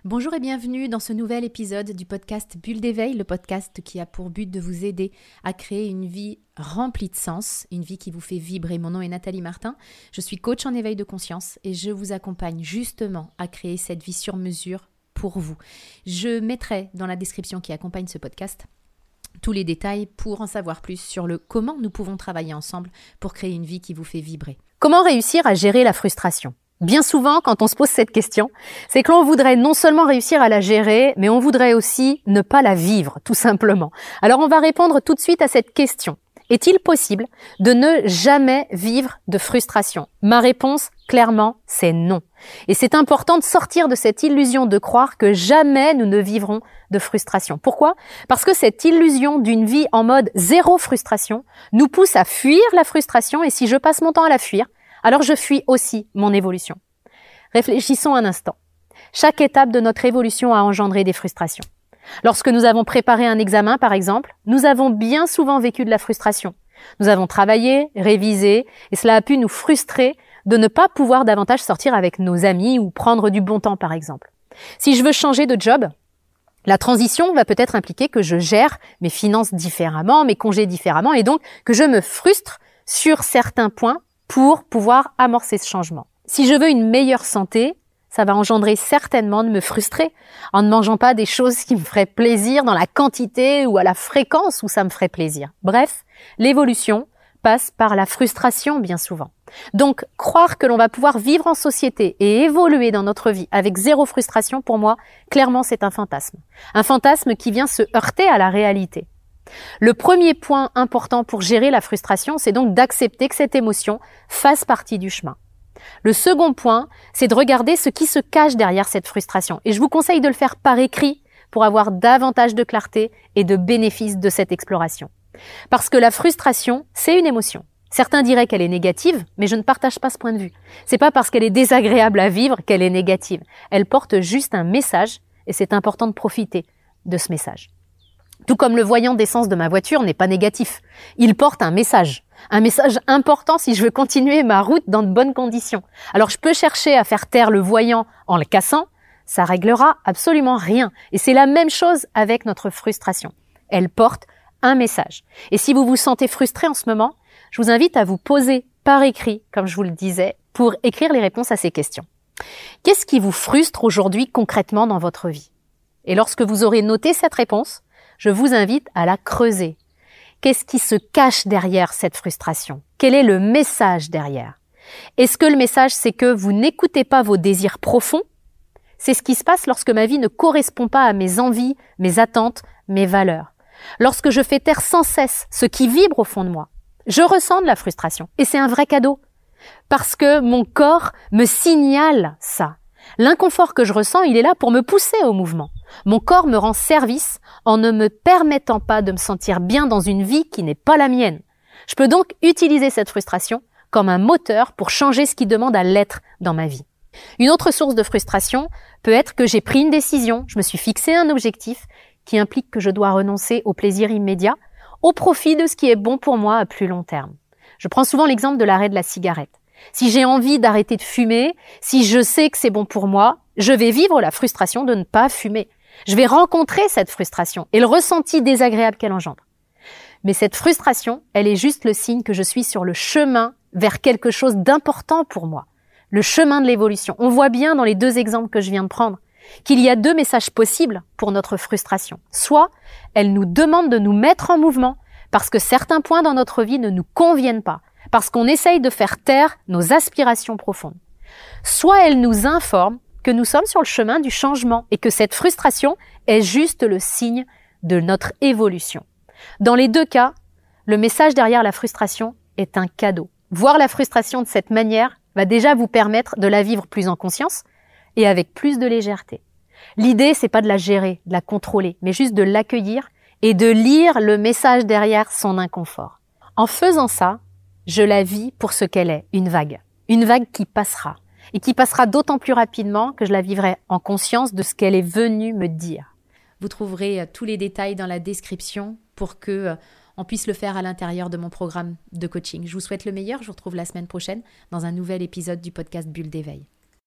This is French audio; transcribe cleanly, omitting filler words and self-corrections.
Bonjour et bienvenue dans ce nouvel épisode du podcast Bulle d'éveil, le podcast qui a pour but de vous aider à créer une vie remplie de sens, une vie qui vous fait vibrer. Mon nom est Nathalie Martin, je suis coach en éveil de conscience et je vous accompagne justement à créer cette vie sur mesure pour vous. Je mettrai dans la description qui accompagne ce podcast tous les détails pour en savoir plus sur le comment nous pouvons travailler ensemble pour créer une vie qui vous fait vibrer. Comment réussir à gérer la frustration ? Bien souvent, quand on se pose cette question, c'est que l'on voudrait non seulement réussir à la gérer, mais on voudrait aussi ne pas la vivre, tout simplement. Alors on va répondre tout de suite à cette question. Est-il possible de ne jamais vivre de frustration ? Ma réponse, clairement, c'est non. Et c'est important de sortir de cette illusion de croire que jamais nous ne vivrons de frustration. Pourquoi ? Parce que cette illusion d'une vie en mode zéro frustration nous pousse à fuir la frustration, et si je passe mon temps à la fuir, alors je fuis aussi mon évolution. Réfléchissons un instant. Chaque étape de notre évolution a engendré des frustrations. Lorsque nous avons préparé un examen, par exemple, nous avons bien souvent vécu de la frustration. Nous avons travaillé, révisé, et cela a pu nous frustrer de ne pas pouvoir davantage sortir avec nos amis ou prendre du bon temps, par exemple. Si je veux changer de job, la transition va peut-être impliquer que je gère mes finances différemment, mes congés différemment, et donc que je me frustre sur certains points pour pouvoir amorcer ce changement. Si je veux une meilleure santé, ça va engendrer certainement de me frustrer en ne mangeant pas des choses qui me feraient plaisir dans la quantité ou à la fréquence où ça me ferait plaisir. Bref, l'évolution passe par la frustration bien souvent. Donc, croire que l'on va pouvoir vivre en société et évoluer dans notre vie avec zéro frustration, pour moi, clairement, c'est un fantasme. Un fantasme qui vient se heurter à la réalité. Le premier point important pour gérer la frustration, c'est donc d'accepter que cette émotion fasse partie du chemin. Le second point, c'est de regarder ce qui se cache derrière cette frustration. Et je vous conseille de le faire par écrit pour avoir davantage de clarté et de bénéfices de cette exploration. Parce que la frustration, c'est une émotion. Certains diraient qu'elle est négative, mais je ne partage pas ce point de vue. C'est pas parce qu'elle est désagréable à vivre qu'elle est négative. Elle porte juste un message et c'est important de profiter de ce message. Tout comme le voyant d'essence de ma voiture n'est pas négatif. Il porte un message important si je veux continuer ma route dans de bonnes conditions. Alors je peux chercher à faire taire le voyant en le cassant, ça réglera absolument rien. Et c'est la même chose avec notre frustration. Elle porte un message. Et si vous vous sentez frustré en ce moment, je vous invite à vous poser par écrit, comme je vous le disais, pour écrire les réponses à ces questions. Qu'est-ce qui vous frustre aujourd'hui concrètement dans votre vie ? Et lorsque vous aurez noté cette réponse, je vous invite à la creuser. Qu'est-ce qui se cache derrière cette frustration ? Quel est le message derrière ? Est-ce que le message, c'est que vous n'écoutez pas vos désirs profonds ? C'est ce qui se passe lorsque ma vie ne correspond pas à mes envies, mes attentes, mes valeurs. Lorsque je fais taire sans cesse ce qui vibre au fond de moi, je ressens de la frustration. Et c'est un vrai cadeau. Parce que mon corps me signale ça. L'inconfort que je ressens, il est là pour me pousser au mouvement. Mon corps me rend service en ne me permettant pas de me sentir bien dans une vie qui n'est pas la mienne. Je peux donc utiliser cette frustration comme un moteur pour changer ce qui demande à l'être dans ma vie. Une autre source de frustration peut être que j'ai pris une décision, je me suis fixé un objectif qui implique que je dois renoncer au plaisir immédiat au profit de ce qui est bon pour moi à plus long terme. Je prends souvent l'exemple de l'arrêt de la cigarette. Si j'ai envie d'arrêter de fumer, si je sais que c'est bon pour moi, je vais vivre la frustration de ne pas fumer. Je vais rencontrer cette frustration et le ressenti désagréable qu'elle engendre. Mais cette frustration, elle est juste le signe que je suis sur le chemin vers quelque chose d'important pour moi. Le chemin de l'évolution. On voit bien dans les deux exemples que je viens de prendre qu'il y a deux messages possibles pour notre frustration. Soit elle nous demande de nous mettre en mouvement parce que certains points dans notre vie ne nous conviennent pas, parce qu'on essaye de faire taire nos aspirations profondes. Soit elle nous informe que nous sommes sur le chemin du changement et que cette frustration est juste le signe de notre évolution. Dans les deux cas, le message derrière la frustration est un cadeau. Voir la frustration de cette manière va déjà vous permettre de la vivre plus en conscience et avec plus de légèreté. L'idée, c'est pas de la gérer, de la contrôler, mais juste de l'accueillir et de lire le message derrière son inconfort. En faisant ça, je la vis pour ce qu'elle est, une vague qui passera, et qui passera d'autant plus rapidement que je la vivrai en conscience de ce qu'elle est venue me dire. Vous trouverez tous les détails dans la description pour que on puisse le faire à l'intérieur de mon programme de coaching. Je vous souhaite le meilleur, je vous retrouve la semaine prochaine dans un nouvel épisode du podcast Bulle d'éveil.